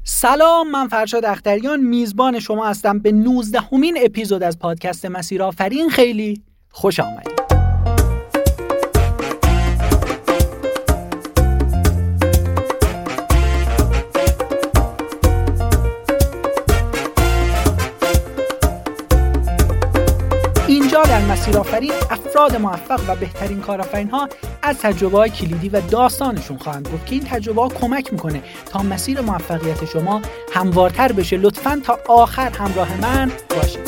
سلام، من فرشاد اختریان میزبان شما هستم به 19مین اپیزود از پادکست مسیرآفرین. خیلی خوش آمدید. اینجا در مسیرآفرین افراد موفق و بهترین کارآفرین‌ها از تجربه‌های کلیدی و داستانشون خواهند گفت که این تجربه‌ها کمک میکنه تا مسیر موفقیت شما هموارتر بشه. لطفاً تا آخر همراه من باشید.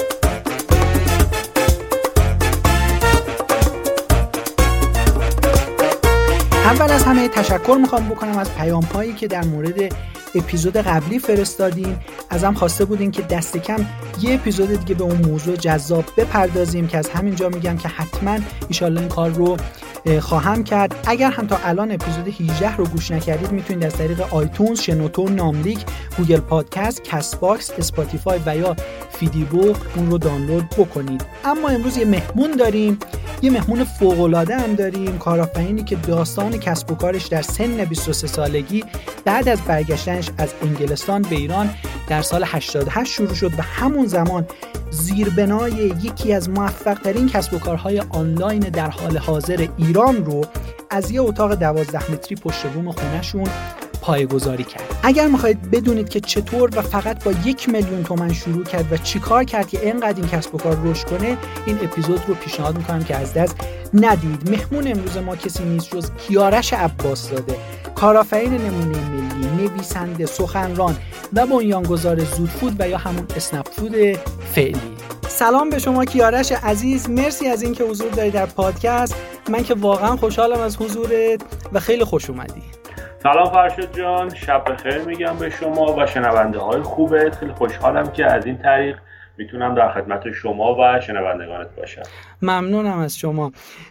اول از همه تشکر میخوام بکنم از پیام‌هایی که در مورد اپیزود قبلی فرستادین. ازم خواسته بودین که دست کم یه اپیزود دیگه به اون موضوع جذاب بپردازیم که از همینجا میگم که حتما ایشالله این کار رو خواهم کرد. اگر هم تا الان اپیزود 18 رو گوش نکردید میتونید از طریق آیتونز، شنوتو، ناملیک، گوگل پادکست، کست باکس، اسپاتیفای و یا فیدیبو اون رو دانلود بکنید. اما امروز یه مهمون داریم، یه مهمون فوق‌العاده هم داریم، کارآفرینی که داستان کسب و کارش در سن 23 سالگی بعد از برگشتنش از انگلستان به ایران در سال 88 شروع شد و همون زمان زیربنای یکی از موفق‌ترین کسب و کارهای آنلاین در حال حاضر ایران رو از یه اتاق 12 متری پشت بوم خونه‌شون پایه‌گذاری کرد. اگر می‌خواید بدونید که چطور و فقط با 1 میلیون تومان شروع کرد و چیکار کرد که اینقدر این کسب و کار رشد کنه، این اپیزود رو پیشنهاد می‌کنم که از دست ندید. مهمون امروز ما کسی نیست جز کیارش عباس‌زاده، کارآفرین نمونه ملی، نویسنده، سخنران و بنیانگذار زودفود و یا همون اسنپ فود فعلی. سلام به شما کیارش عزیز، مرسی از اینکه حضور دارید در پادکست. من که واقعا خوشحالم از حضورت و خیلی خوش اومدی. سلام فرشاد جان، شب بخیر میگم به شما و شنونده های خوبت. خیلی خوشحالم که از این طریق میتونم در خدمت شما و شنوندگانت باشم. ممنونم از شما.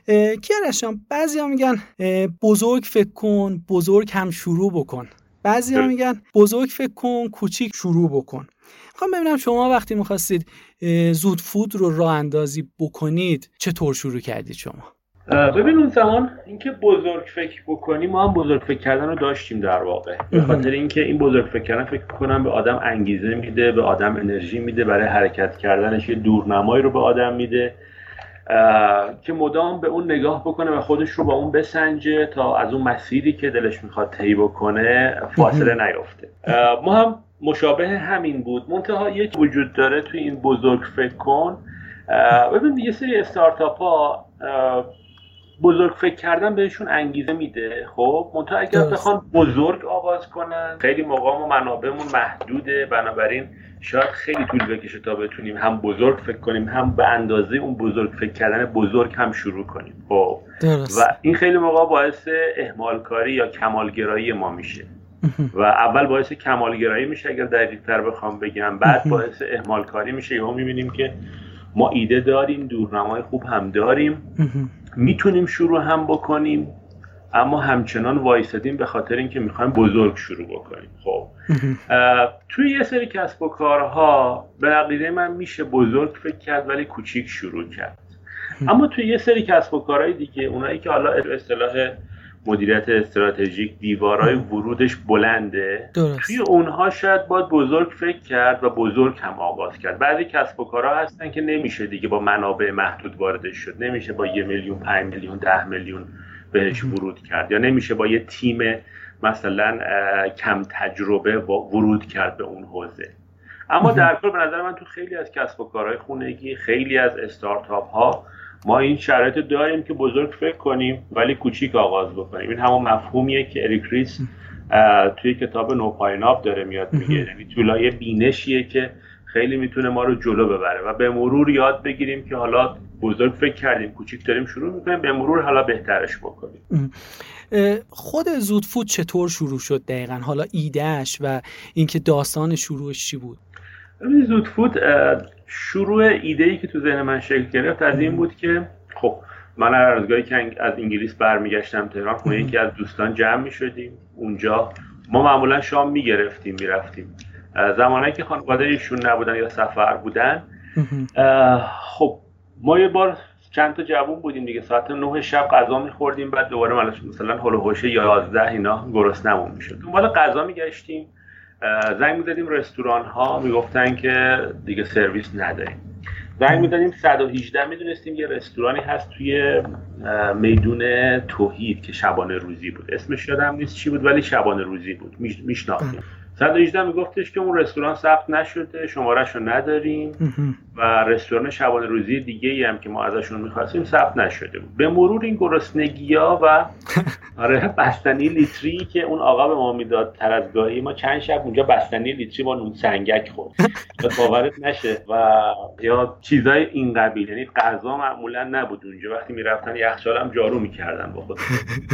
کیارش جان، بعضیا میگن بزرگ فکر کن، بزرگ هم شروع بکن. بعضیا میگن بزرگ فکر کن، کوچیک شروع بکن. میخوام ببینم شما وقتی میخواستید زودفود رو راه اندازی بکنید چطور شروع کردید شما؟ ببین اون زمان اینکه بزرگ فکر بکنیم، ما هم بزرگ فکر کردن رو داشتیم در واقع، به خاطر اینکه این بزرگ فکر کردن فکر کنم به آدم انگیزه میده، به آدم انرژی میده برای حرکت کردنش، یه دورنمایی رو به آدم میده که مدام به اون نگاه بکنه و خودش رو با اون بسنجه تا از اون مسیری که دلش میخواد طی بکنه فاصله نیفته. ما هم مشابه همین بود، منتها یه وجود داره توی این بزرگ فکر کن. ببین یه سری استارتاپ ها بزرگ فکر کردن بهشون انگیزه میده، خب منتها اگر بخوان بزرگ آغاز کنن خیلی موقع ما منابعمون محدوده، بنابراین شاید خیلی طول بکشه تا بتونیم هم بزرگ فکر کنیم هم به اندازه اون بزرگ فکر کردن بزرگ هم شروع کنیم. خب و این خیلی موقع باعث اهمال کاری یا کمالگرایی ما میشه و اول باعث کمالگرایی میشه اگر دقیق‌تر بخوام بگم، بعد باعث اهمال کاری میشه. یهو میبینیم که ما ایده داریم، دورنمای خوب هم داریم، میتونیم شروع هم بکنیم، اما همچنان وایسادیم به خاطر اینکه میخوایم بزرگ شروع بکنیم. خب توی یه سری کسب و کارها به عقیده من میشه بزرگ فکر کرد ولی کوچیک شروع کرد. اما توی یه سری کسب و کارهای دیگه، اونایی که حالا اصطلاح مدیریت استراتژیک دیوارهای ورودش بلنده، توی اونها شاید باید بزرگ فکر کرد و بزرگ هم آغاز کرد. بعضی کسب و کارها هستن که نمیشه دیگه با منابع محدود واردش شد، نمیشه با 1 میلیون، 5 میلیون، 10 میلیون بهش ورود کرد، یا نمیشه با یه تیم مثلا کم تجربه ورود کرد به اون حوزه. اما در کل به نظر من تو خیلی از کسب و کارهای خونگی، خیلی از استارتاپ ها ما این شرایط داریم که بزرگ فکر کنیم ولی کوچیک آغاز بکنیم. این همون مفهومیه که اریک ریس توی کتاب نو پایناپ داره میاد میگه، یعنی طولای بینشیه که خیلی میتونه ما رو جلو ببره و به مرور یاد بگیریم که حالا بزرگ فکر کردیم، کوچیک داریم شروع میکنیم، به مرور حالا بهترش بکنیم. خود زودفود چطور شروع شد دقیقاً؟ حالا ایدهش و اینکه داستان شروعش چی بود؟ زودفود شروع ایده‌ای که تو ذهن من شکل گرفت از این بود که خب من هر روزگاری که از انگلیس برمیگشتم تهران، خونه یکی از دوستان جمع می‌شدیم. اونجا ما معمولا شام می‌گرفتیم می‌رفتیم. زمانی که خانواده ایشون نبودن یا سفر بودن، خب ما یه بار چند تا جوون بودیم دیگه، ساعت 9 شب غذا می‌خوردیم، بعد دوباره مثلا هول و هوش 11 اینا گرسنمون می‌شد. دنبال غذا می‌گشتیم، زنگ می‌زدیم رستوران ها میگفتن که دیگه سرویس نداریم. زنگ می‌زدیم 118 میدونستیم یه رستورانی هست توی میدون توحید که شبانه روزی بود، اسمش یادم نیست چی بود ولی شبانه روزی بود، میشناختیم. 118 میگفتش که اون رستوران ثبت نشده، شماره‌شو نداریم و رستوران شبانه روزی دیگه‌ای هم که ما ازشون می‌خواستیم ثبت نشده بود. به مرور این گرسنگی‌ها و آره بستنی لیتری که اون آقا به ما میداد هر از گاهی، ما چند شب اونجا بستنی لیتری با نون سنگک خورد تا باورت نشه و یا چیزای این قبیل، یعنی غذا معمولا نبود اونجا. وقتی میرفتن یخچالم جارو می‌کردن با خود.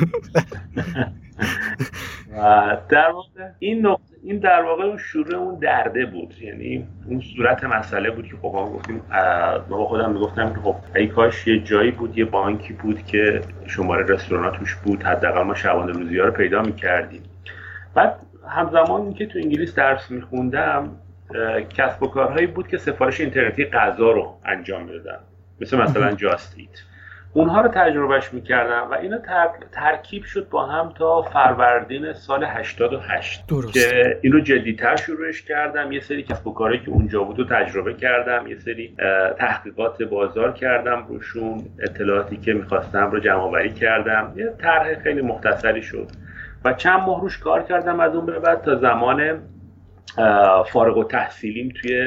و در واقع این در واقع اون شروع اون درده بود، یعنی اون صورت مسئله بود که خب ما گفتیم، ما با خودم میگفتم که خب ای کاش یه جایی بود، یه بانکی بود که شماره رستوران توش بود، حداقل ما شبانه روزی‌ها رو پیدا می‌کردیم. بعد همزمان که تو انگلیس درس می‌خوندم کسب و کارهایی بود که سفارش اینترنتی غذا رو انجام میدادن، مثلا جاست ایت. اونها رو تجربهش میکردم و اینا ترکیب شد با هم تا فروردین سال 88 که اینو جدی‌تر شروعش کردم. یه سری کسب و کارهایی که اونجا بود رو تجربه کردم، یه سری تحقیقات بازار کردم روشون، اطلاعاتی که میخواستم رو جمع آوری کردم، یه طرح خیلی مختصری شد و چند ماه روش کار کردم. از اون به بعد تا زمان فارغ التحصیلیم توی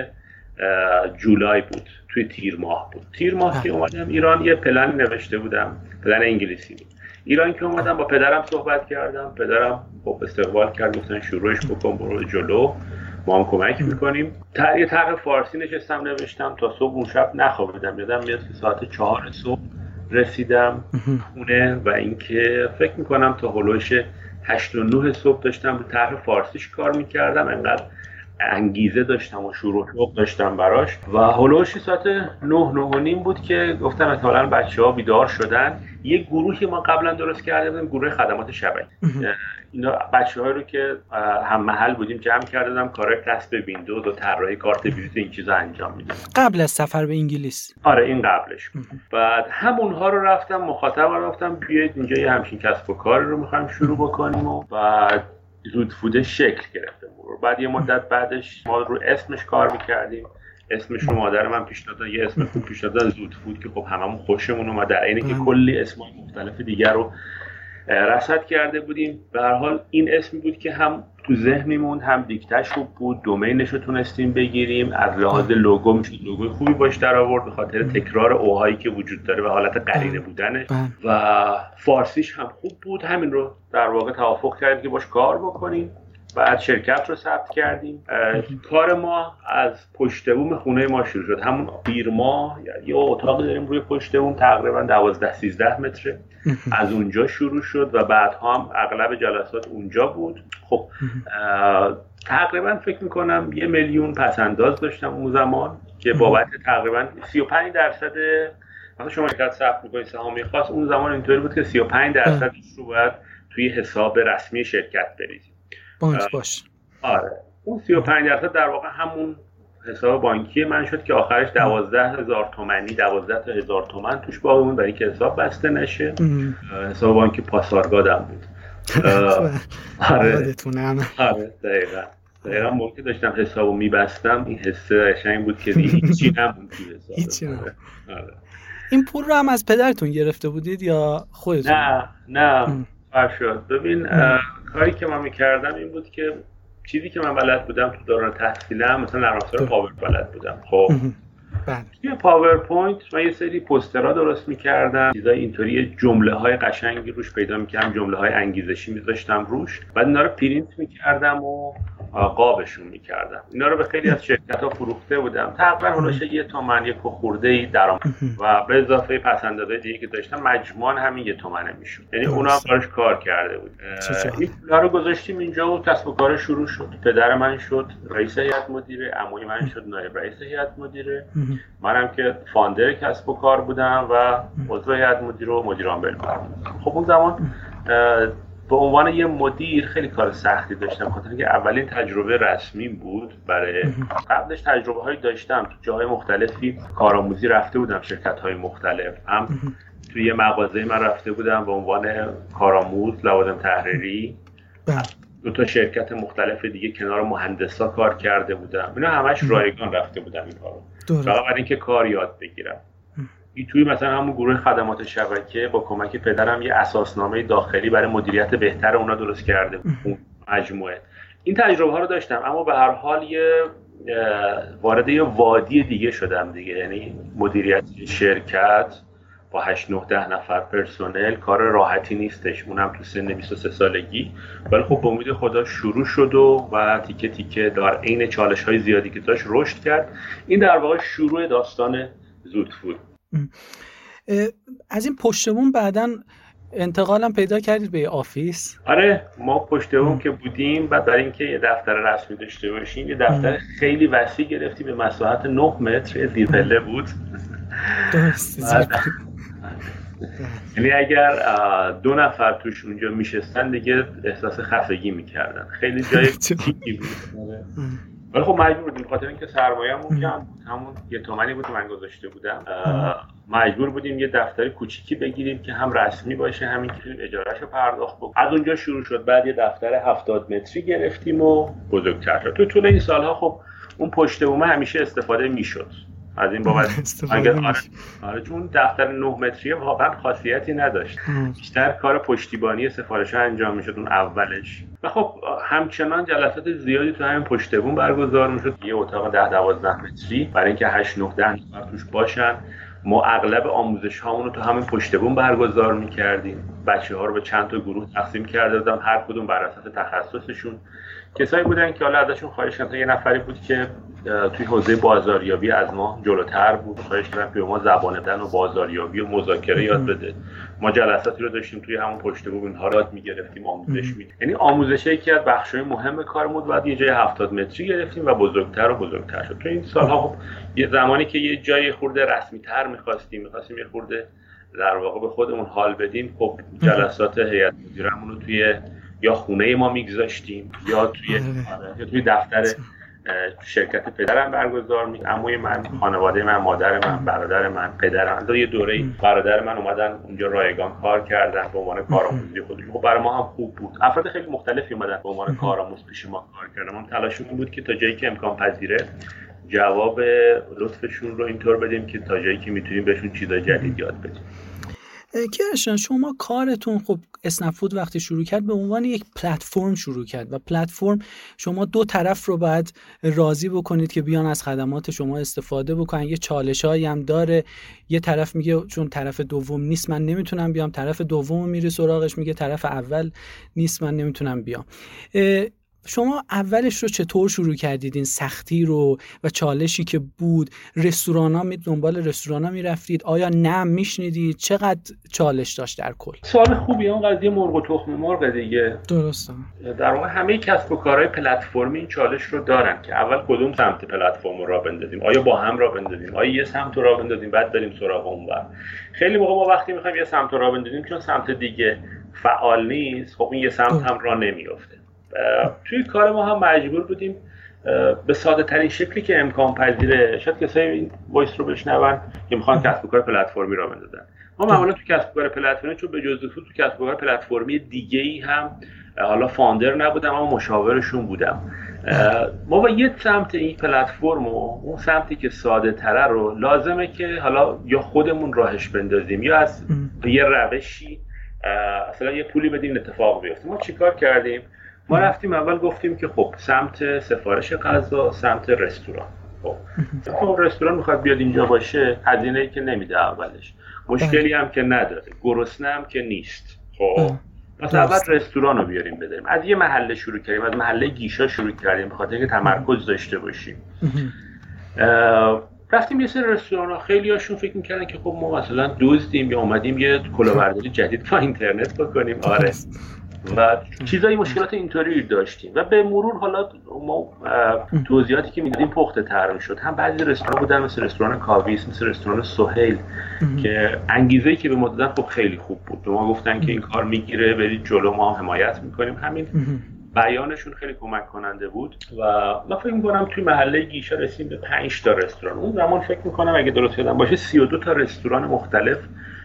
جولای بود، توی تیر ماه بود. تیر ماه که اومدم ایران یه پلن نوشته بودم، پلن انگلیسی بود. ایران که اومدم با پدرم صحبت کردم، پدرم خب استقبال کرد، گفتن شروعش بکن، برو جلو، ما هم کمک میکنیم. یه طرح فارسی نشستم نوشتم تا صبح، اون شب نخوابیدم. یادم میاد که ساعت 4 صبح رسیدم خونه و اینکه فکر میکنم تا هلوش 8 و 9 صبح داشتم به طرح فارسیش کار میکردم. انقدر انگیزه داشتم و شروع داشتم براش و هلوش ساعت 9:09 بود که گفتم احتمالاً بچه‌ها بیدار شدن. یه گروهی ما قبلا درست کرده بودیم، گروه خدمات شبکه. اینا بچه‌هایی رو که هم محل بودیم جمع کرده بودم، کارهای کسب ویندوز و طراحی کارت ویزیت این چیزا انجام میدادم قبل از سفر به انگلیس. آره این قبلش. بعد همونها رو رفتم مخاطب رفتم بیاید اینجا یه همچین کسب و کار رو می‌خوایم شروع بکنیم و بعد زود فود شکل گرفته بود. بعد یه مدت بعدش ما رو اسمش کار میکردیم، اسمش رو مادر من پیشنهاد داد، یه اسم خوب پیشنهاد داد زود فود که خب هممون خوشمون اومد، در اینه که کلی اسمای مختلف دیگر رو رصد کرده بودیم. به هر حال این اسمی بود که هم تو ذهنمون هم دیکتش خوب بود، دومینش رو تونستیم بگیریم، از لحاظ لوگو میشد لوگوی خوبی باش در آورد به خاطر تکرار اوهایی که وجود داره و حالت قرینه بودنش و فارسیش هم خوب بود. همین رو در واقع توافق کردیم که باش کار بکنیم. بعد شرکت رو ثبت کردیم. کار ما از پشت بوم خونه ما شروع شد. همون بیرما یه اتاقی داریم روی پشت بوم تقریبا 12-13 متره، از اونجا شروع شد و بعدها هم اغلب جلسات اونجا بود. خب تقریبا فکر میکنم 1 میلیون پسنداز داشتم اون زمان که بابت تقریبا 35% مثلا شما شرکت ثبت میکنید سهامی خاص، اون زمان اینطوری بود که 35% رو باید توی حساب رسمی شرکت بریزید. بانک باش. آره اون 35% در واقع همون حساب بانکی من شد که آخرش 12,000 تومانی 12,000 تومان توش باقی موند برای اینکه حساب بسته نشه. حساب بانکی پاسارگادم بود. آره دقیقاً موقعی داشتم حسابو میبستم این حسه قشنگ بود که هیچی نموند توی حساب. هیچی نموند. این پول رو هم از پدرتون گرفته بودید یا خودتون؟ نه فرشاد ببین کاری که من میکردم این بود که چیزی که من بلد بودم تو دوران تحصیلم، مثلا نرم افزار پاور بلد بودم. خب توی پاورپوینت من یه سری پوسترها درست میکردم، چیزای اینطوری، جمله های قشنگی روش پیدا میکردم، جمله های انگیزشی میذاشتم روش، بعد اینا رو پرینت میکردم و قابشون میکردم. اینا رو به خیلی از شرکت‌ها فروخته بودم، تقریبا هولوش 1 تومن 1 خورده‌ای درآمد و به اضافه پسندازهای دیگه که داشتم مجموعاً همین 1 تومنه میشد. یعنی اونا هم براش کار کرده بود. این پولا رو گذاشتیم اینجا و کسب و کار شروع شد. پدر من شد رئیس هیئت مدیره، عموی من شد نایب رئیس هیئت مدیره، منم که فاندر کسب و کار بودم و عضو هیئت مدیره و مدیر عامل بودم. خب اون زمان به عنوان یه مدیر خیلی کار سختی داشتم، خاطر اینکه اولین تجربه رسمی بود. برای قبلش تجربه‌هایی داشتم تو جاهای مختلفی، کارآموزی رفته بودم شرکت‌های مختلف، هم توی یه مغازه من رفته بودم به عنوان کارآموز لوازم تحریری، دو تا شرکت مختلف دیگه کنار مهندسا کار کرده بودم. اینا همش رایگان رفته بودم این کارو، فقط برای اینکه کار یاد بگیرم. توی مثلا همون گروه خدمات شبکه با کمک پدرم یه اساسنامه داخلی برای مدیریت بهتر اونا درست کرده بود مجموعه. این تجربه ها رو داشتم، اما به هر حال وارد یه وادی دیگه شدم دیگه. یعنی مدیریت شرکت با 8-9-10 نفر پرسنل کار راحتی نیستش، اونم تو سن 23 سالگی. ولی خب با امید خدا شروع شد و تیکه تیکه در عین چالش‌های زیادی که داشت رشد کرد. این در واقع شروع داستان زودفود. از این پشت بوم بعداً انتقالم پیدا کردید به آفیس؟ آره، ما پشت بوم که بودیم، بعد برای اینکه یه دفتر رسمی داشته باشیم یه دفتر خیلی وسیع گرفتیم، به مساحت 9 متر، زیر پله بود. درست. یعنی اگر 2 نفر توش اونجا میشستن دیگه احساس خفگی میکردن، خیلی جای تیکی بود. ولی خب مجبور بودیم، خاطر اینکه سرمایه‌مون کم بود، همون 1 تومانی بود که من گذاشته بودم، مجبور بودیم یه دفتر کوچیکی بگیریم که هم رسمی باشه، همین که اجارهشو پرداخت بکنیم. از اونجا شروع شد. بعد یه دفتر 70 متری گرفتیم و بزرگتر شد. تو طول این سالها خب اون پشت بوم همیشه استفاده میشد. از این بابت آره چون دفتر 9 متری واقعا خاصیتی نداشت، بیشتر کار پشتیبانی سفارش‌ها انجام میشد اون اولش. و خب همچنان جلسات زیادی تو همین پشت بوم برگزار میشد. یه اتاق 10-12 متری برای اینکه 8-9-10 نفر توش باشن. ما اغلب آموزش هامون رو تو همین پشت بوم برگزار میکردیم. بچه‌ها رو به چند تا گروه تقسیم کرده بودم، هر کدوم بر اساس تخصصشون. کسایی بودن که حالا ازشون خواهش کردم، یه نفری بود که توی حوزه بازاریابی از ما جلوتر بود، خواهش کردم که به ما زبان دهن و بازاریابی و مذاکره یاد بده. ما جلساتی رو داشتیم توی همون پشت بوم، اینها رو یاد می‌گرفتیم، آموزش می‌دیم. یعنی آموزش یکی از بخش‌های مهم کارمون بود. بعد یه جای 70 متری گرفتیم و بزرگتر و بزرگتر شد. تو این سال‌ها خب یه زمانی که یه جای خورده رسمی‌تر می‌خواستیم یه خورده در واقع به خودمون حال بدیم، خب جلسات هیئت مدیرمون رو توی یا خونه ما میگذاشتیم یا توی دفتر شرکت پدرم برگزار می‌کردیم. عموی من، خانواده من، مادر من، برادر من، پدرم، یه دوره برادر من اومدن اونجا رایگان کار کردن به عنوان کارآموزی خودشون. خب برای ما هم خوب بود. افراد خیلی مختلفی اومدن به عنوان کارآموز پیش ما کار کردن. ما تلاشمون بود که تا جایی که امکان پذیره جواب لطفشون رو اینطور بدیم که تا جایی که میتونیم بهشون چیزای جدید یاد بدیم. کیارشان، شما کارتون خب اسنپفود وقتی شروع کرد به عنوان یک پلتفرم شروع کرد و پلتفرم شما 2 طرف رو باید راضی بکنید که بیان از خدمات شما استفاده بکنن. یه چالشایی هم داره، یه طرف میگه چون طرف دوم نیست من نمیتونم بیام، طرف دوم میره سراغش میگه طرف اول نیست من نمیتونم بیام. شما اولش رو چطور شروع کردید؟ این سختی رو و چالشی که بود، رستورانا دنبال رستورانا میرفتید؟ آیا نه میشنیدید؟ چقدر چالش داشت در کل؟ سوال خوبیه. اون قضیه مرغ و تخم مرغ دیگه. درسته. در واقع همه کسب و کارهای پلتفرمی این چالش رو دارن که اول کدوم سمت پلتفرم رو راه بندازیم، آیا با هم راه بندازیم، آیا یه سمت رو راه بندازیم بعد بریم سراغ اونور. خیلی موقع ما وقتی میخوایم یه سمت رو راه بندازیم چون سمت دیگه فعال نیست، خب این یه سمت هم راه نمیافته. توی کار ما هم مجبور بودیم به ساده ترین شکلی که امکان پذیره. شاید کسایی این وایس رو بشنون که میخوان کسب و کار پلتفرمی را بندازن. ما معمولا تو کسب و کار پلتفرمی، چون به جز تو کسب و کار پلتفرمی دیگه‌ای هم حالا فاوندر نبودم اما مشاورشون بودم. ما با یه سمت این پلتفرم و اون سمتی که ساده تره رو لازمه که حالا یا خودمون راهش بندازیم یا از یه روشی اصلا یه پولی بدیم اتفاق بیفته. ما چیکار کردیم؟ ما رفتیم اول گفتیم که خب سمت سفارش غذا، سمت رستوران. خب رستوران میخواد بیاد اینجا باشه، هزینه‌ای که نمیده اولش، مشکلی هم که نداره، گرسنه هم که نیست. خب پس اول رستوران رو بیاریم بداریم. از یه محله شروع کردیم، از محله گیشا شروع کردیم به خاطر اینکه تمرکز داشته باشیم. رفتیم یه سری رستوران‌ها، خیلی هاشون فکر می‌کردن که خب ما مثلا دزدیم یا اومدیم یه کلاهبرداری جدید با اینترنت بکنیم. آره. و چیزای مشکلات اینطوری داشتیم و به مرور حالا ما توضیحاتی که میدادیم پخته تر میشد. هم بعضی رستوران بودن مثل رستوران کاویس، مثل رستوران سهیل که انگیزه‌ای که به ما دادن خب خیلی خوب بود. به ما گفتن که این کار میگیره، برید جلو، ما هم حمایت میکنیم. همین بیانشون خیلی کمک کننده بود و من فکر میکنم توی محله گیشا رسیدیم به 5 تا رستوران. اون زمان فکر میکنم اگه درست یادم باشه 32 تا رستوران مختلف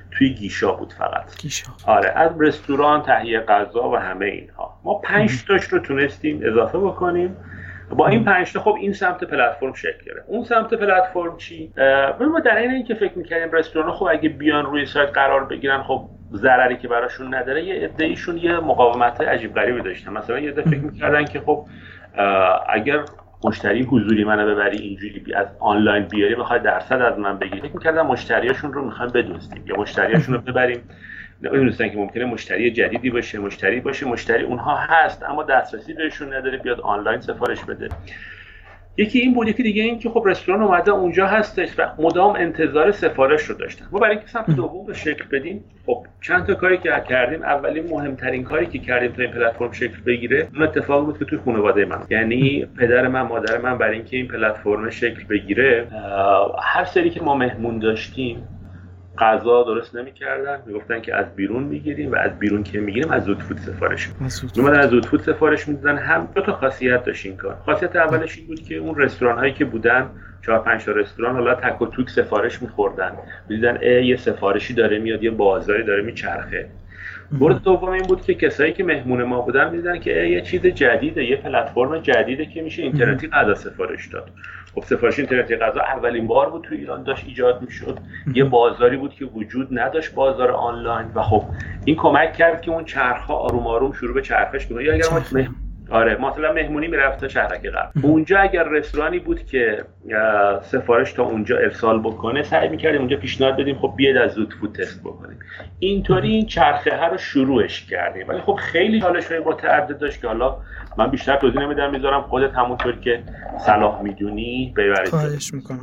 توی گیشا بود فقط. گیشا. آره، از رستوران، تهیه غذا و همه اینها. ما 5 تاش رو تونستیم اضافه بکنیم. با این 5 تا خب این سمت پلتفرم شکل گرفت. اون سمت پلتفرم چی؟ ما در این که فکر می‌کردیم رستوران خب اگه بیان روی سایت قرار بگیرن خب ضرری که براشون نداره، یه عده‌ایشون یه مقاومت‌های عجیب غریبی داشتن. مثلا یه عده فکر می‌کردن که خب اگر مشتری حضوری منو ببری اینجوری از آنلاین بیاری بخواد درصد از من بگیری، فکر می‌کردن مشتریاشون رو می‌خوایم بدزدیم یا مشتریاشون رو ببریم. نمی‌دونستن که ممکنه مشتری جدیدی باشه، مشتری اونها هست اما دسترسی بهشون نداره بیاد آنلاین سفارش بده. یکی این بود، یکی دیگه این که خب رستوران اومده اونجا هستش و مدام انتظار سفارش رو داشتن. ما برای اینکه سمت دوم رو شکل بدیم خب چند تا کاری که کردیم. اولین مهمترین کاری که کردیم تا این پلتفرم شکل بگیره اون اتفاق بود که توی خانواده من، یعنی پدر من، مادر من، برای اینکه این پلتفرم شکل بگیره هر سری که ما مهمون داشتیم غذا درست نمی‌کردن، میگفتن که از بیرون میگیریم و از بیرون که میگیریم از زود فود سفارش میدن. از زود فود سفارش میدادن. هم دو تا خاصیت داشت این کار. خاصیت اولش این بود که اون رستوران هایی که بودن 4-5 تا رستوران حالا تک و توک سفارش می‌خوردن، می‌دیدن یه سفارشی داره میاد، یه بازاری داره میچرخه. مورد دوم این بود که کسایی که مهمون ما بودن می‌دیدن که یه چیز جدیده، یه پلتفرم جدیده که میشه اینترنتی غذا سفارش داد. خب سفارش اینترنتی غذا اولین بار بود تو ایران داشت ایجاد میشد. یه بازاری بود که وجود نداشت، بازار آنلاین، و خب این کمک کرد که اون چرخ‌ها آروم آروم شروع به چرخش کنه. یا اگر مثلا مهمونی میرفت تا شهرک قبل، اونجا اگر رستورانی بود که سفارش تا اونجا ارسال بکنه سعی می‌کردیم اونجا پیشنهاد بدیم خب بیاید از زود فود تست بکنیم. اینطوری این چرخه ها رو شروعش کردیم. ولی خب خیلی چالش‌های متعدد داشت که حالا من بیشتر توضیح نمیدم، میذارم خودت همونطور که صلاح میدونی ببرید. خواهش میکنم.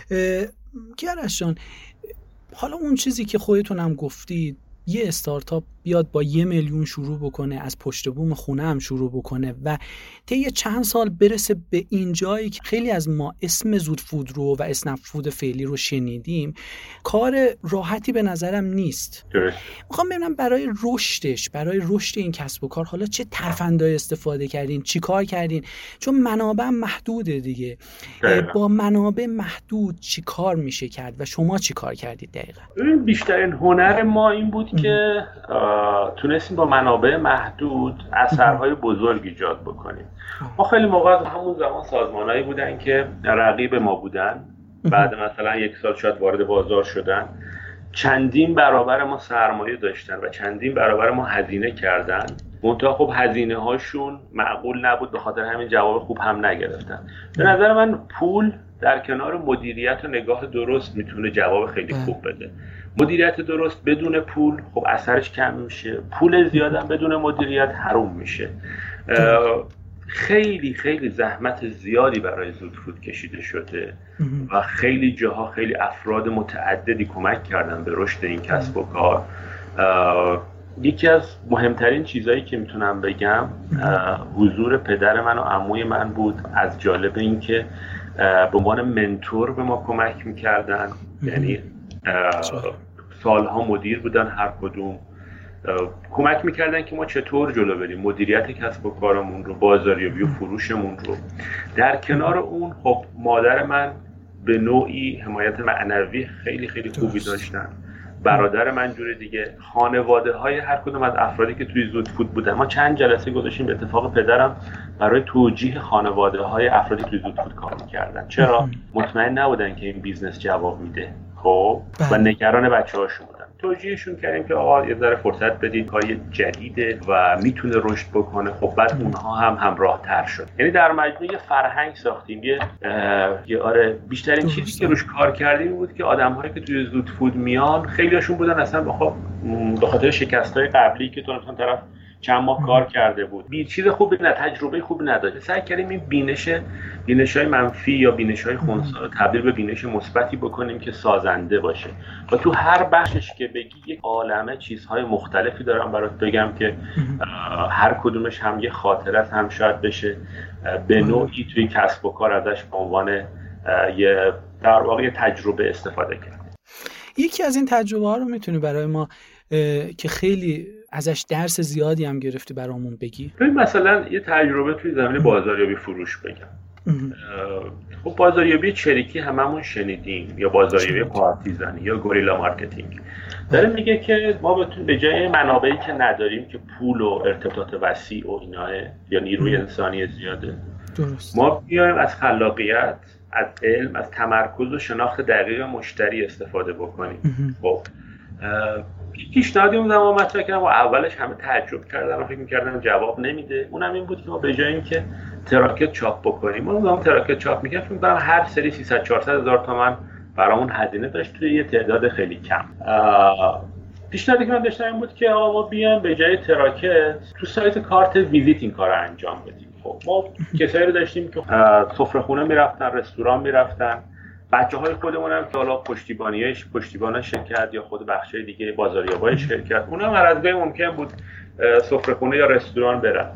کیارش جان، حالا اون چیزی که خودتون هم گفتید، یه استارتاپ بیاد با 1 میلیون شروع بکنه، از پشت بوم خونه هم شروع بکنه و طی چند سال برسه به این جایی که خیلی از ما اسم زود فود رو و اسنپ فود فعلی رو شنیدیم، کار راحتی به نظرم نیست. میخوام ببینم برای رشد این کسب و کار حالا چه ترفندهای استفاده کردین، چی کار کردین؟ چون منابع محدوده دیگه. با منابع محدود چی کار میشه کرد و شما چی کار کردید دقیقاً؟ بیشترین هنر ما این بود که تونستیم با منابع محدود اثرهای بزرگ ایجاد بکنیم. ما خیلی موقع از همون زمان سازمانایی بودن که رقیب ما بودن، بعد مثلا 1 سال شاید وارد بازار شدن، چندین برابر ما سرمایه داشتن و چندین برابر ما هزینه کردن، منتها خب هزینه هاشون معقول نبود، به خاطر همین جواب خوب هم نگرفتن. به نظر من پول در کنار مدیریت و نگاه درست میتونه جواب خیلی خوب بده. مدیریت درست بدون پول خب اثرش کم میشه، پول زیادم بدون مدیریت حروم میشه. خیلی خیلی زحمت زیادی برای زود فود کشیده شده و خیلی جاها خیلی افراد متعددی کمک کردن به رشد این کسب و کار. یکی از مهمترین چیزایی که میتونم بگم حضور پدر من و عموی من بود. از جالب این که به عنوان منتور به ما کمک میکردن، یعنی سالها مدیر بودن هر کدوم، کمک میکردن که ما چطور جلو بریم، مدیریت کسب و کارمون رو، بازاریابی و فروشمون رو. در کنار اون خب مادر من به نوعی حمایت معنوی خیلی خیلی خوبی داشتن، برادر من جور دیگه، خانواده های هر کدوم از افرادی که توی زود فود بودن. ما چند جلسه گذاشتیم به اتفاق پدرم برای توجیه خانواده های افرادی توی زود فود کار میکردن. چرا؟ مطمئن نبودن که این بیزنس جواب میده خب و نگران بچه‌هاشون بودن. توجیهشون کردیم که آقا یه ذره فرصت بدید، کاری جدیده و میتونه رشد بکنه. خب بعد اونها هم همراه تر شد. یعنی در مجموع فرهنگ ساختیم. آره بیشترین چیزی که روش کار کردیم بود که آدم‌هایی که توی زود فود میان خیلیاشون بودن اصلا به خاطر شکست‌های قبلی که مثلا طرف چند ماه کار کرده بود، چیز خوبی نه، تجربه خوبی نداشت. سعی کردیم این بینش‌های منفی یا بینش‌های خنثی رو تبدیل به بینش مثبتی بکنیم که سازنده باشه. و تو هر بخشش که بگی یک عالمه چیزهای مختلفی دارم برات بگم که هر کدومش هم یه خاطره است، هم شاید بشه به نوعی توی کسب و کار ازش به عنوان یه در واقع تجربه استفاده کرد. یکی از این تجربه ها رو میتونی برای ما که خیلی ازش درس زیادی هم گرفتی برامون بگی؟ ببین مثلا یه تجربه توی زمینه بازاریابی فروش بگم. خب بازاریابی چریکی هممون شنیدیم، یا بازاریابی پارتیزانی یا گوریلا مارکتینگ. داره میگه که ما بتونیم به جای منابعی که نداریم که پول و ارتباطات وسیع و ایناه یا نیروی انسانی زیاده، درست، ما بیایم از خلاقیت، از علم، از تمرکز و شناخت دقیق مشتری استفاده بکنیم. خب پیشنهادی اون زمان مطرح کردم و اولش همه تعجب کردن و فکر می‌کردن جواب نمیده. اونم این بود که ما به جای اینکه تراکت چاپ بکنیم، ما اون تراکت چاپ می‌کردیم، فکر می‌کنم هر سری 300-400 هزار تومان برامون هزینه داشت توی یه تعداد خیلی کم. پیشنهادی که من داشتم این بود که آقا ما بیان به جای تراکت تو سایت کارت ویزیت این کارو انجام بدیم. خب ما کسایی رو داشتیم که سفره‌خونه میرفتن، رستوران میرفتن، بچه‌های خودمون هم که حالا پشتیبان شرکت یا خود بخشای دیگه بازاریابای شرکت، اونها هر از گاهی ممکن بود سفره‌خونه یا رستوران برن.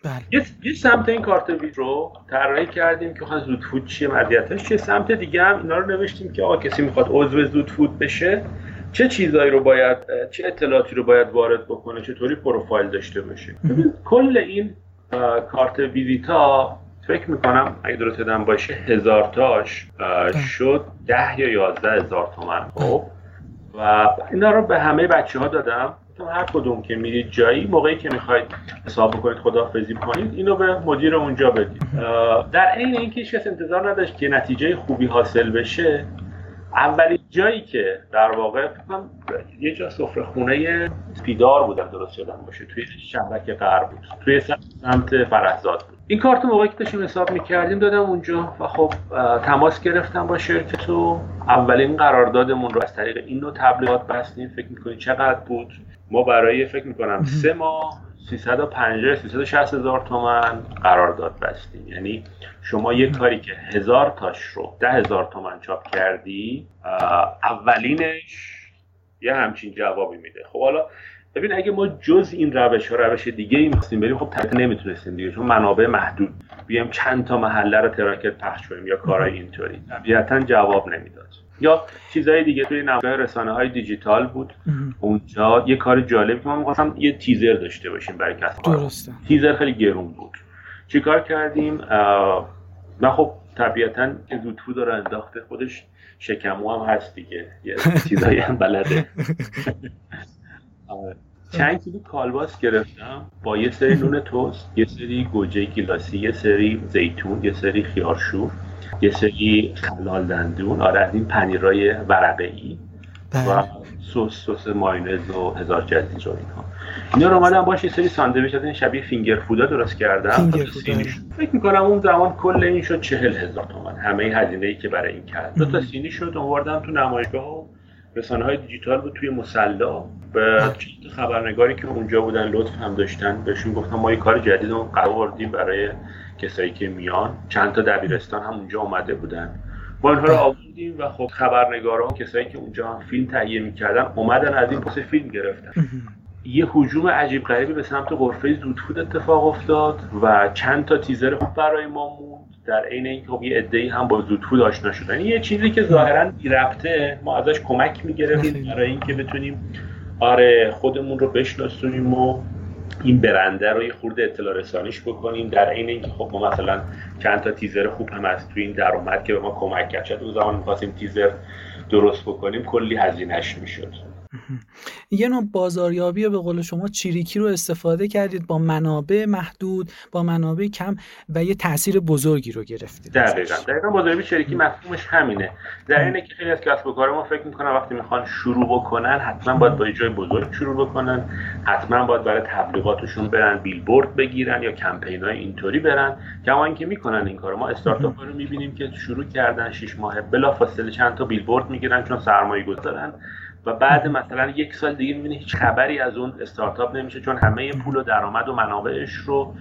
یه سمت این کارت ویزیت رو طراحی کردیم که خاص زود فود چیه، مزیتاش چیه. سمت دیگه هم اینا رو نوشتیم که آقا کسی میخواد عضو زود فود بشه چه چیزایی رو باید، چه اطلاعاتی رو باید وارد بکنه، چطوری پروفایل داشته باشه. کل این کارت ویزیتا فکر میکنم اگه درست یادم باشه 1000 تاش شد 10 یا 11 هزار تومان. خب و اینا رو به همه بچه‌ها دادم. هر کدوم که میرید جایی، موقعی که میخواید حساب بکنید، خداحافظی کنید، اینو به مدیر اونجا بدید. در عین اینکه هیچ کس انتظار نداشت که نتیجه خوبی حاصل بشه، اولین جایی که در واقع یه جا سفره‌خونه سپیدار بود درست یادم باشه، توی شهرک غرب بود، توی سمت فرهزاد بود. این کارت موقعی که داشتیم حساب میکردیم دادم اونجا و خب تماس گرفتم با شرکت و اولین قراردادمون رو از طریق این نوع تبلیغات بستیم. فکر میکنید چقدر بود؟ ما برای فکر میکنم 3 ماه 350-360 هزار تومان قرارداد بستیم. یعنی شما یک کاری که 1000 تاش رو 10,000 تومان چاپ کردی، اولینش یه همچین جوابی میده. خب حالا ببین اگه ما جز این روش دیگه ای می‌خواستیم بریم، خب طبعا نمیتونستیم دیگه، چون منابع محدود. بیام چند تا محله رو تراکت پخش کنیم یا کارهای اینطوری، طبیعتاً جواب نمیداد. یا چیزهای دیگه توی نمایش رسانه‌های دیجیتال بود. اونجا یه کار جالبی که ما می‌خواستم یه تیزر داشته باشیم برای کسب. درسته. تیزر خیلی گرون بود. چیکار کردیم؟ نه خب طبیعتاً زود فود رو انداخته، خودش شکمو هم هست دیگه، یه چیزایی هم بلده. چند کیلو کالباس گرفتم با یه سری نون توست، یه سری گوجه گیلاسی، یه سری زیتون، یه سری خیارشور، یه سری خلال دندون، از این پنیرای ورقه‌ای و سس مایونز و هزار جزیره و اینا رو اومدم باشه یه سری ساندویچ از این شبیه فینگر فودا درست کردم. فکر می‌کنم اون زمان کل این شد 40,000 تومان، همه هزینه‌ای که برای این کرد. 2 تا سینی شد، آوردم تو نمایشگاه و رسانه‌های دیجیتال بود توی مصلا. به خبرنگاری که اونجا بودن لطف هم داشتن، بهشون گفتم ما یه کار جدید رو قرار آوردیم برای کسایی که میان. چند تا دبیرستان هم اونجا اومده بودن، ما اینها رو آوردیم و خب خبرنگارا، کسایی که اونجا هم فیلم تهیه می‌کردن، اومدن از این پس فیلم گرفتن. یه هجوم عجیب غریبی به سمت غرفه زودفود اتفاق افتاد و چند تا تیزر خوب برای ما موند. در عین اینکه خب یه عده‌ای هم با زودفود آشنا شدن. یه چیزی که ظاهراً بی ربطه، ما ازش کمک می‌گرفتیم برای اینکه بتونیم خودمون رو بشناسونیم و این برنده رو یه خورده اطلاع رسانیش بکنیم. در عین اینکه خب ما مثلا چند تا تیزر خوب هم از تو این درآمد که به ما کمک کرد. شاید اون زمان می‌خواستیم تیزر درست بکنیم کلی هزینه‌اش میشد. یه نوع بازاریابی به قول شما چیریکی رو استفاده کردید، با منابع محدود، با منابع کم و یه تأثیر بزرگی رو گرفتید. دقیقاً بازاریابی چیریکی مفهومش همینه. در اینه که خیلی از کسب و کار ما فکر می‌کنن وقتی میخوان شروع بکنن حتما باید با جای بزرگ شروع بکنن، حتما باید برای تبلیغاتشون برن بیلبورد بگیرن یا کمپین‌های اینطوری برن. کما اینکه میکنن این کارو. ما استارتاپ‌ها رو می‌بینیم که شروع کردن 6 ماه بلافاصله چند تا بیلبورد میگیرن چون سرمایه‌گذارن و بعد مثلا 1 سال دیگه می‌بینی هیچ خبری از اون استارتاپ نمیشه، چون همه پول و درآمد و منابعش رو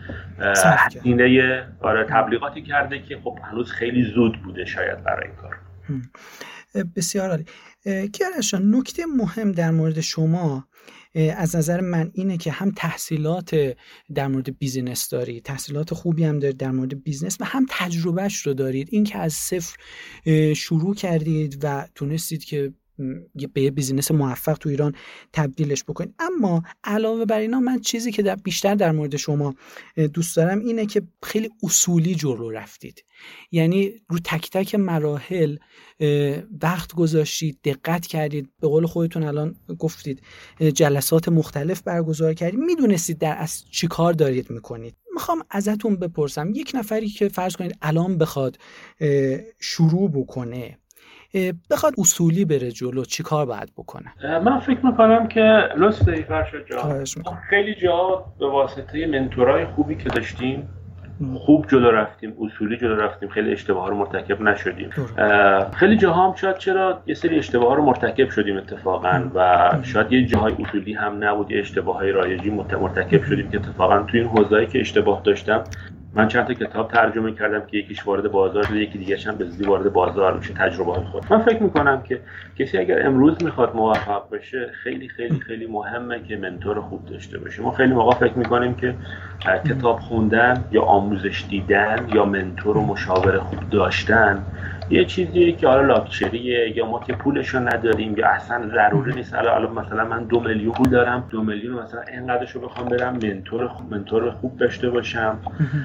هزینه تبلیغاتی کرده که خب هنوز خیلی زود بوده شاید برای این کار. بسیار عالی. کیارشان، نکته مهم در مورد شما از نظر من اینه که هم تحصیلات در مورد بیزینس دارید، تحصیلات خوبی هم دارید در مورد بیزنس، و هم تجربهش رو دارید. این که از صفر شروع کردید و تونستید که به یه بیزینس موفق تو ایران تبدیلش بکنید. اما علاوه بر اینا من چیزی که بیشتر در مورد شما دوست دارم اینه که خیلی اصولی جلو رفتید، یعنی رو تک تک مراحل وقت گذاشتید، دقت کردید، به قول خودتون الان گفتید جلسات مختلف برگزار کردید، میدونستید در اصل چی کار دارید میکنید. میخوام ازتون بپرسم یک نفری که فرض کنید الان بخواد شروع بکنه، بخواد اصولی بره جلو، چی کار باید بکنه؟ من فکر میکنم که لطفی فرشاد جان خیلی جا به واسطه منتورای خوبی که داشتیم خوب جلو رفتیم، اصولی جلو رفتیم، خیلی اشتباه رو مرتکب نشدیم. خیلی جاها هم شاید چرا یه سری اشتباه رو مرتکب شدیم اتفاقا و شاید یه جاهای اصولی هم نبود، یه اشتباههای رایجی مرتکب شدیم که اتفاقا توی این حوزه‌ای که اشتباه داشتم من چند تا کتاب ترجمه کردم که یکیش وارد بازار شده، یکی دیگه‌ش هم به زودی وارد بازار میشه، تجربه‌های خود. من فکر می‌کنم که کسی اگر امروز می‌خواد موفق بشه خیلی خیلی خیلی مهمه که منتور خوب داشته باشه. ما خیلی موقع فکر می‌کنیم که کتاب خوندن یا آموزش دیدن یا منتور و مشاور خوب داشتن یه چیزیه که حالا لاکچریه یا ما که پولشو نداریم یا اصلا ضروری نیست. الان مثلا من 2 میلیون پول دارم، 2 میلیون مثلا اینقدرشو بخوام برم منتور خوب داشته باشم.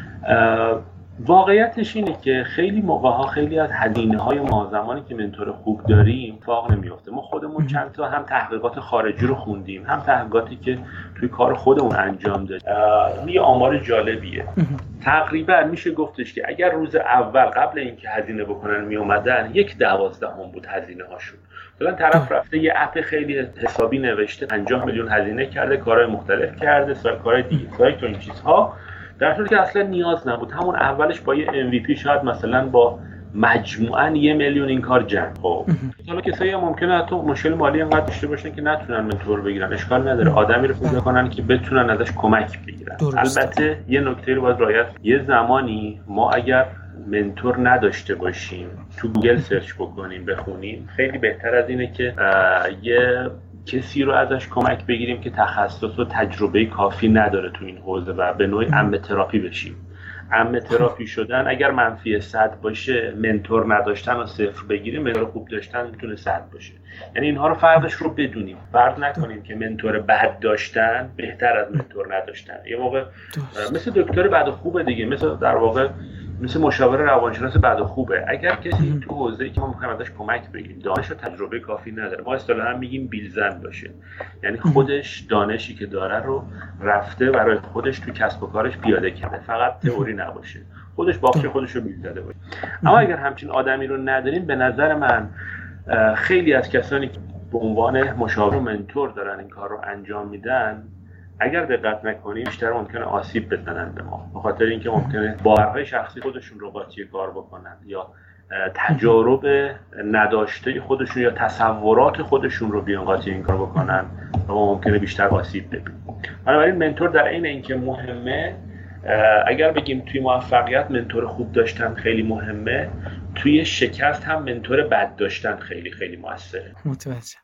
واقعیتش اینه که خیلی موقع‌ها خیلی از هزینه‌های ما زمانی که منتور خوب داریم اتفاق نمیفته. ما خودمون چند تا هم تحقیقات خارجی رو خوندیم، هم تحقیقاتی که توی کار خودمون انجام دادیم. یه آمار جالبیه، تقریبا میشه گفتش که اگر روز اول قبل اینکه هزینه بکنن میومدن 1/12 بود هزینه هاشون. مثلا طرف رفته یه اپ خیلی حسابی نوشته 50 میلیون هزینه کرده، کارهای مختلف کرده، کارهای دیگه، سایت و این چیزها، در صورتی که اصلا نیاز نبود. همون اولش با یه MVP شاید مثلا با مجموعاً 1 میلیون این کار جمع. خب حالا کسایی هم ممکنه حتی مشکل مالی انقدر داشته باشن که نتونن منتور بگیرن، اشکال نداره، آدمی رو پیدا کنن که بتونن ازش کمک بگیرن. البته یه نکته رو باید رعایت، یه زمانی ما اگر منتور نداشته باشیم تو گوگل سرچ بکنیم بخونیم خیلی بهتر از اینه که یه کسی رو ازش کمک بگیریم که تخصص و تجربه کافی نداره تو این حوزه و به نوعی عمه تراپی بشیم. عمه تراپی شدن اگر منفی 100 باشه، منتور نداشتن و 0 بگیریم، منتور خوب داشتن میتونه 100 باشه. یعنی اینها رو فرقش رو بدونیم، فرق نکنیم که منتور بد داشتن بهتر از منتور نداشتن. یه موقع مثل دکتر بد و خوبه دیگه، مثل در واقع مثل مشاور روانشناس بد و خوبه. اگر کسی تو حوزه‌ای که ما می‌خوایم ازش کمک بگیریم دانش و تجربه کافی نداره، ما اصطلاحاً میگیم بیلزن باشه، یعنی خودش دانشی که داره رو رفته برای خودش تو کسب و کارش پیاده کرده، فقط تئوری نباشه، خودش باغچه خودش رو بیل زده باشه. اما اگر همچین آدمی رو نداریم، به نظر من خیلی از کسانی که به عنوان مشاور و منتور دارن این کار رو انجام میدن، اگر دقت نکنیم بیشتر ممکنه آسیب بزنن به ما، به خاطر اینکه ممکنه باورهای شخصی خودشون رو قاطی کار بکنن یا تجارب نداشته خودشون یا تصورات خودشون رو بیان قاطی این کار بکنن و ما ممکنه بیشتر آسیب ببینیم. بنابراین منتور در عین اینکه مهمه، اگر بگیم توی موفقیت منتور خوب داشتن خیلی مهمه، توی شکست هم منتور بد داشتن خیلی خیلی موثره. متوجه.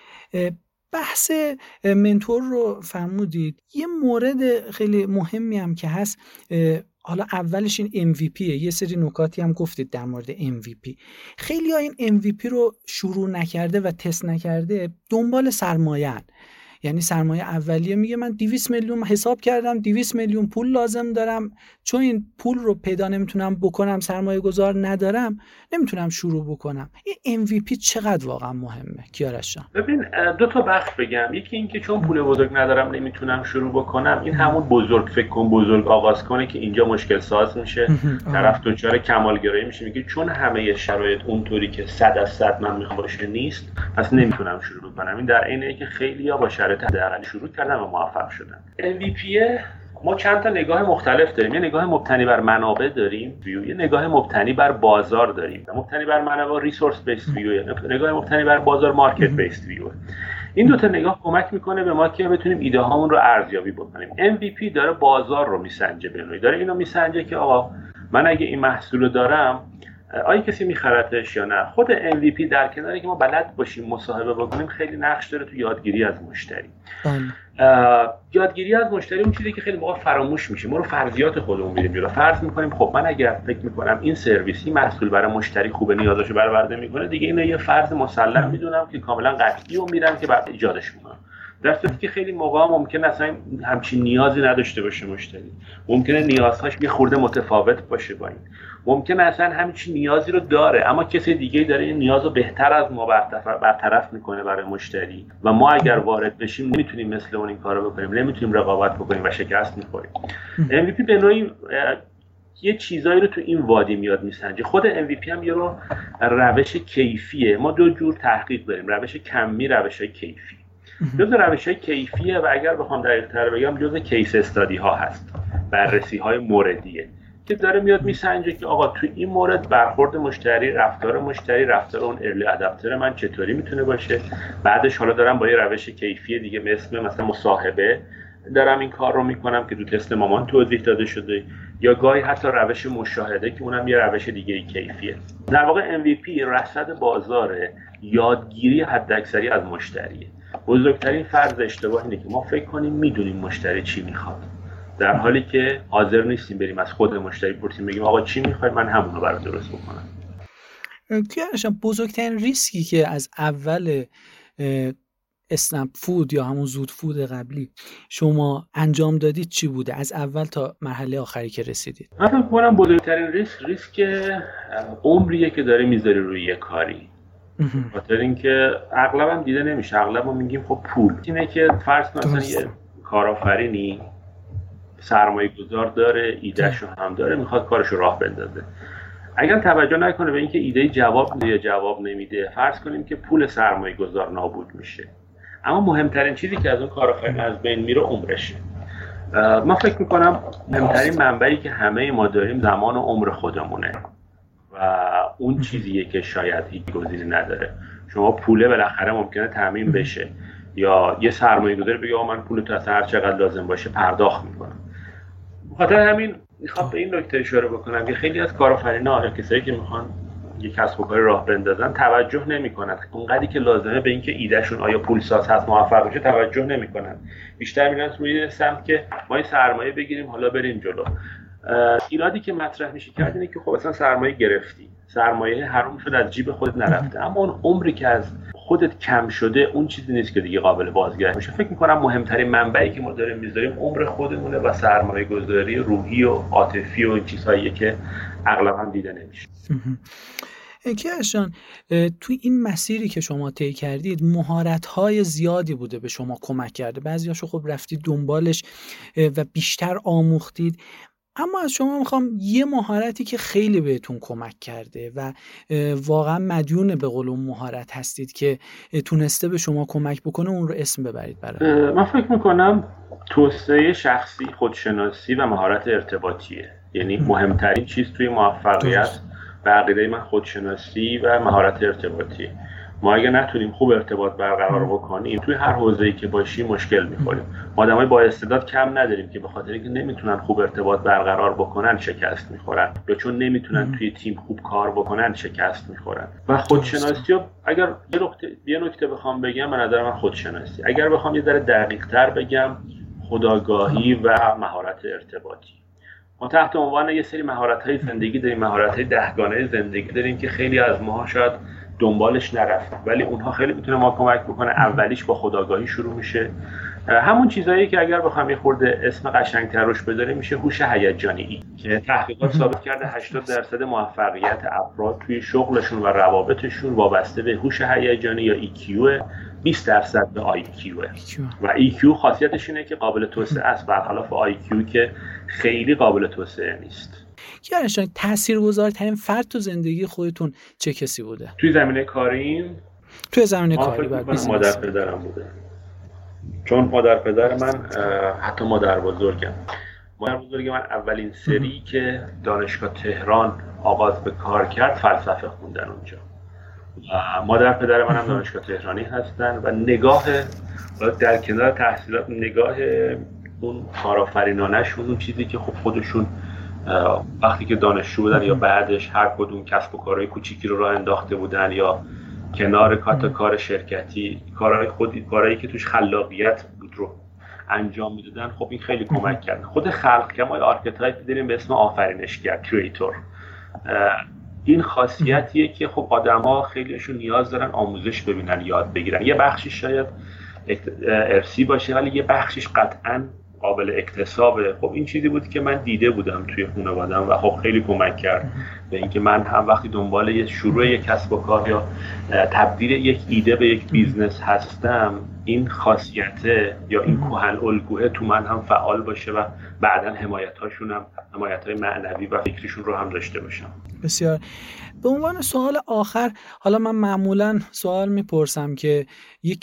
بحث منتور رو فرمودید، یه مورد خیلی مهمی هم که هست، حالا اولش این MVP، یه سری نکاتی هم گفتید در مورد MVP. خیلی ها این MVP رو شروع نکرده و تست نکرده دنبال سرمایه‌ان، یعنی سرمایه اولیه، میگه من 200 میلیون حساب کردم، 200 میلیون پول لازم دارم، چون این پول رو پیدا نمیتونم بکنم، سرمایه گذار ندارم، نمیتونم شروع بکنم. این MVP چقدر واقعا مهمه کیارش جان؟ ببین دو تا بخش بگم، یکی این که چون پول بزرگ ندارم نمیتونم شروع بکنم، این همون بزرگ فکر کن بزرگ آغاز کنه که اینجا مشکل ساز میشه، طرف دچار کمالگرایی میشه، میگه چون همه شرایط اونطوری که 100% من میخوام باشه نیست، پس نمیتونم شروع کنم. این در عینه که خیلی‌ها با شرایط حداقل شروع کردن و موفق شدن. MVP ما چند تا نگاه مختلف داریم. یه نگاه مبتنی بر منابع داریم، یه نگاه مبتنی بر بازار داریم. مبتنی بر منابع ریسورس بیسد ویو، نگاه مبتنی بر بازار مارکت بیسد ویو. این دو تا نگاه کمک میکنه به ما که بتونیم ایده هامون رو ارزیابی بکنیم. MVP داره بازار رو میسنجه، به نوعی داره اینو میسنجه که آقا من اگه این محصول رو دارم آیا کسی میخرتش یا نه. خود MVP در کناری که ما بلد باشیم مصاحبه بکنیم خیلی نقش داره تو یادگیری از مشتری. یادگیری از مشتری اون چیزی که خیلی موقع فراموش میشه. ما رو فرضیات خودمون میریم جلو. فرض میکنیم خب من اگر فکر میکنم این سرویسی محصول برای مشتری خوبه، نیازاشو برآورده میکنه، دیگه اینو یه فرض مسلم میدونم که کاملا قطعی و میرم که بعد ایجادش میکنم. در صورتی که خیلی موقع ممکنه اصلا همچین نیازی نداشته باشه مشتری، ممکنه نیازهاش یه خورده متفاوت باشه با این، ممکنه اصلا همچین نیازی رو داره اما کسی دیگه داره این نیازو بهتر از ما برطرف میکنه برای مشتری و ما اگر وارد بشیم نمیتونیم مثل اون این کارو بکنیم، نمیتونیم رقابت بکنیم و شکست میخوریم. MVP به نوعی یه چیزایی رو تو این وادی میاد میسنجه. خود MVP هم یه روش کیفیه. ما دو جور تحقیق داریم، روش کمی، روش کیفی. جز روش‌های کیفیه و اگر بخوام دقیق‌تر بگم جز کیس استادی ها هست، بررسی‌های موردیه که داره میاد میسنجه که آقا تو این مورد برخورد مشتری، رفتار اون ارلی ادپتر من چطوری میتونه باشه. بعدش حالا دارم با یه روش کیفی دیگه مثلا مصاحبه دارم این کار رو میکنم که تو تست مامان توضیح داده شده، یا گاهی حتی روش مشاهده که اونم یه روش دیگه کیفیه. در واقع MVP رصد بازار یادگیری حداکثری از مشتریه. بزرگترین فرض اشتباه اینه که ما فکر کنیم میدونیم مشتری چی میخواد، در حالی که حاضر نیستیم بریم از خود مشتری بپرسیم بگیم آقا چی میخوای، من همونو برات درست بکنم. کیارشان بزرگترین ریسکی که از اول اسنپ فود یا همون زود فود قبلی شما انجام دادید چی بوده از اول تا مرحله آخری که رسیدید؟ من فکر می‌کنم بزرگترین ریسک عمریه که داره میذاری روی یه کاری. خاطر اینکه اغلب هم دیده نمیشه. اغلب ما میگیم خب پول اینه که فرض کن مثلا یه کارآفرینی سرمایه گذار داره، ایدهشو هم داره، میخواد کارشو راه بندازه. اگر توجه نکنه به اینکه ایده جواب میده یا جواب نمیده، فرض کنیم که پول سرمایه گذار نابود میشه. اما مهمترین چیزی که از اون کارآفرین از بین میره عمرشه. من فکر میکنم مهمترین منبعی که همه ما داریم زمان و عمر خودمونه و اون چیزیه که شاید هیچ گزینه نداره. شما پوله بالاخره ممکنه تامین بشه یا یه سرمایه‌گذار بگه آقا من پول تو اصلا هر چقدر لازم باشه پرداخت میکنم. بخاطر همین میخوام به این نکته اشاره بکنم که خیلی از کارآفرین‌ها یا کسایی که میخوان یک کسب و کار راه بندازن توجه نمیکنن اونقدری که لازمه به اینکه ایدهشون آیا پولساز هست موفق بشه توجه نمیکنن. بیشتر میرن روی سمت که ما این سرمایه بگیریم حالا بریم جلو. ایرادی که مطرح میشه کرد اینه که خب اصلا سرمایه گرفتی، سرمایه حرام شد از جیب خودت نرفته، اما اون عمری که از خودت کم شده اون چیزی نیست که دیگه قابل بازگشت باشه. فکر میکنم مهمترین منبعی که ما داریم میذاریم عمر خودمونه و سرمایه گذاری روحی و عاطفی و این چیزهایی که اغلبا دیده نمیشه. کیارشان توی این مسیری که شما طی کردید مهارت‌های زیادی بوده به شما کمک کرده، بعضیاشو خب رفتید دنبالش و بیشتر آموختید، اما از شما میخوام یه مهارتی که خیلی بهتون کمک کرده و واقعا مدیون به قول اون مهارت هستید که تونسته به شما کمک بکنه اون رو اسم ببرید برای من فکر میکنم توسعه شخصی، خودشناسی و مهارت ارتباطیه. یعنی مهمترین چیز توی موفقیت به عقیده من خودشناسی و مهارت ارتباطی. ما اگه نتونیم خوب ارتباط برقرار بکنیم توی هر حوزه‌ای که باشیم مشکل می‌خوریم. ما آدمای با استعداد کم نداریم که به خاطر اینکه نمیتونن خوب ارتباط برقرار بکنن شکست می‌خورن یا چون نمیتونن توی تیم خوب کار بکنن شکست می‌خورن. و خودشناسی اگر یه نکته بخوام بگم من نظر من خودشناسی، اگر بخوام یه ذره دقیق‌تر بگم خودآگاهی و مهارت ارتباطی. ما تحت عنوان یه سری مهارت‌های زندگی داریم، مهارت‌های دهگانه زندگی داریم که خیلی از ماها شاید دنبالش نرفتن ولی اونها خیلی میتونه ما کمک بکنه. اولیش با خودآگاهی شروع میشه، همون چیزایی که اگر بخوام یه خورده اسم قشنگ‌تر روش بذاریم میشه هوش هیجانی که تحقیقات ثابت کرده 80% موفقیت افراد توی شغلشون و روابطشون وابسته به هوش هیجانی یا EQ، 20% به IQ و EQ خاصیتش اینه که قابل توسعه است برخلاف IQ که خیلی قابل توسعه نیست. کیارشان تاثیرگذارترین فرد تو زندگی خودتون چه کسی بوده؟ توی زمینه کاریم؟ توی زمینه کاری بعد بیزنس. مادر پدرم بوده. چون مادر پدر من حتی مادر بزرگم من اولین سری که دانشگاه تهران آغاز به کار کرد فلسفه خوندن اونجا. مادر پدر من هم دانشگاه تهرانی هستن و نگاه در کنار تحصیلات نگاه اون کارآفرینانه‌شون، اون چیزی که خب خودشون وقتی که دانشجو بودن یا بعدش هر کدوم کسب و کارهای کوچیکی رو راه انداخته بودن یا کنار کار شرکتی کارهایی که توش خلاقیت بود رو انجام میدادن، خب این خیلی کمک کرد. خود خلق که ما آرکیتایپ داریم به اسم آفرینشگر، کریئتور. این خاصیتیه که خب آدم‌ها خیلیشون نیاز دارن آموزش ببینن، یاد بگیرن. یه بخشش شاید ارثی باشه ولی یه بخشش قطعاً قابل اکتسابه. خب این چیزی بود که من دیده بودم توی خانواده‌ام و خب خیلی کمک کرد به اینکه من هم وقتی دنبال یه شروع یک کسب و کار یا تبدیل یک ایده به یک بیزنس هستم، این خاصیته یا این کهن الگوه تو من هم فعال باشه و بعداً حمایت‌های معنوی و فکریشون رو هم داشته باشم. بسیار. به عنوان سوال آخر، حالا من معمولاً سوال میپرسم که یک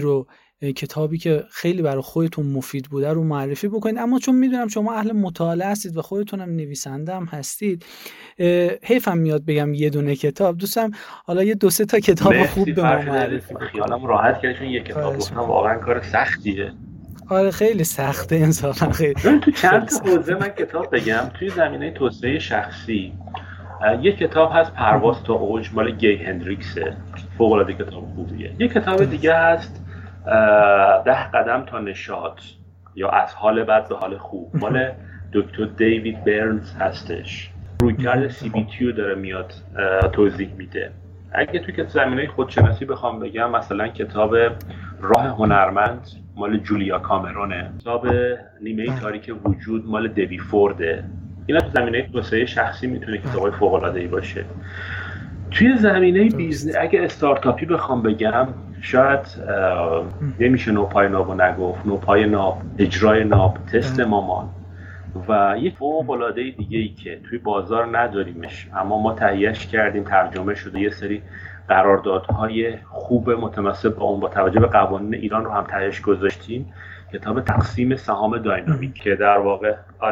کتابی که خیلی برای خودتون مفید بوده رو معرفی بکنید، اما چون میدونم شما اهل مطالعه هستید و خودتون هم نویسنده هم هستید، حیفم میاد بگم یه دونه کتاب، دوستم حالا یه 2-3 تا کتاب خوب به ما معرفی کنید. خیالم راحت کرد چون یه کتاب گفتم واقعا کار سختیه. آره خیلی سخته انصافا. خیلی تو چند تا حوزه من کتاب بگم. توی زمینه توسعه شخصی یه کتاب هست پرواز تا اوج مال گی هندریکسه، فوق العاده کتاب خوبیه. یه کتاب دیگه هست 10 قدم تا نشاط یا از حال بد به حال خوب مال دکتر دیوید برنز هستش. رویکرد CBT رو داره میاد توضیح میده. اگه توی زمینه خودشناسی بخوام بگم، مثلا کتاب راه هنرمند مال جولیا کامرونه، کتاب نیمه تاریک وجود مال دبی فورده. اینا تو زمینه توسعه شخصی میتونه کتابای فوق العاده ای باشه. توی زمینه بیزنس اگه استارتاپی بخوام بگم، شاید نمیشه نوپای نابو نگفت، نوپای ناب، اجرای ناب، تست مامان و یک فوق العاده دیگه ای که توی بازار نداریمش اما ما تهیهش کردیم، ترجمه شده، یه سری قراردادهای خوب متناسب با اون با توجه به قوانین ایران رو هم تهیهش گذاشتیم. کتاب تقسیم سهام داینامیک که در واقع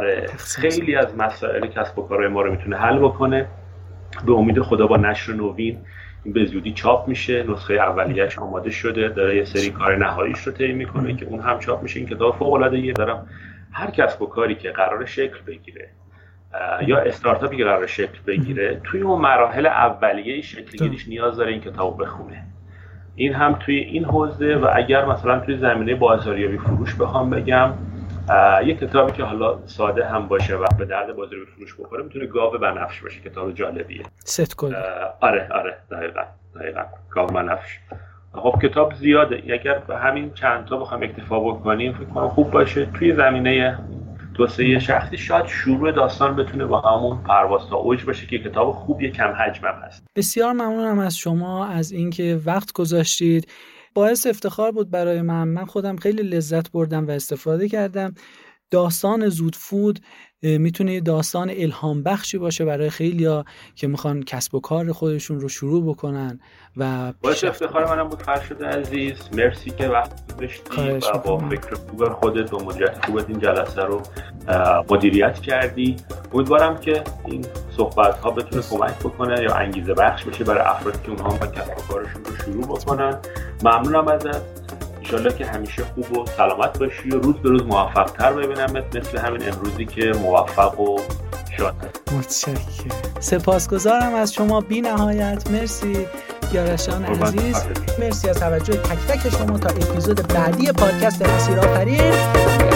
خیلی از مسائل کسب و کارهای ما رو میتونه حل بکنه. به امید خدا با نشر نوین این به زودی چاپ میشه. نسخه اولیه‌اش آماده شده، داره یه سری کار نهاییش رو طی میکنه که اون هم چاپ میشه. این کتاب فوق العاده دارم. هر کسب و کاری که قرار شکل بگیره یا استارتاپی که قرار شکل بگیره، توی اون مراحل اولیه شکل گیریش نیاز داره این کتابو بخونه. این هم توی این حوزه. و اگر مثلا توی زمینه بازاریابی فروش بخوام بگم، یک کتابی که حالا ساده هم باشه و به درد بازاریابی فروش بخوره میتونه گاو بنفش باشه. کتاب جالبیه. ست کد. آره دقیقاً گاو بنفش. خب کتاب زیاده. اگر به همین چند تا بخوام اکتفا بکنیم فکر کنم خوب باشه. توی زمینه توسعه شخصی شاید شروع داستان بتونه با همون پرواز تا اوج باشه که کتاب خوبیه، کم حجم هست. بسیار ممنونم از شما از اینکه وقت گذاشتید. باعث افتخار بود برای من خودم خیلی لذت بردم و استفاده کردم. داستان زودفود میتونه یه داستان الهام بخشی باشه برای خیلیا که میخوان کسب و کار خودشون رو شروع بکنن و باعث افتخار منم بود. فرشاد عزیز مرسی که وقت گذاشتی و با فکر خوب خودت و مدیریت خوبت این جلسه رو مدیریت کردی. امیدوارم که این صحبت ها بتونه کمک بکنه یا انگیزه بخش بشه برای افرادی که اونها با کسب و کارشون رو شروع بکنن. ممنونم ازت. انشالله که همیشه خوب و سلامت باشی و روز به روز موفق تر ببینمت، مثل همین امروزی که موفق و شاد. متشکرم. سپاسگزارم از شما بی نهایت. مرسی یارشان عزیز. مرسی از توجه تک تک شما. تا اپیزود بعدی پادکست مسیر آفرین.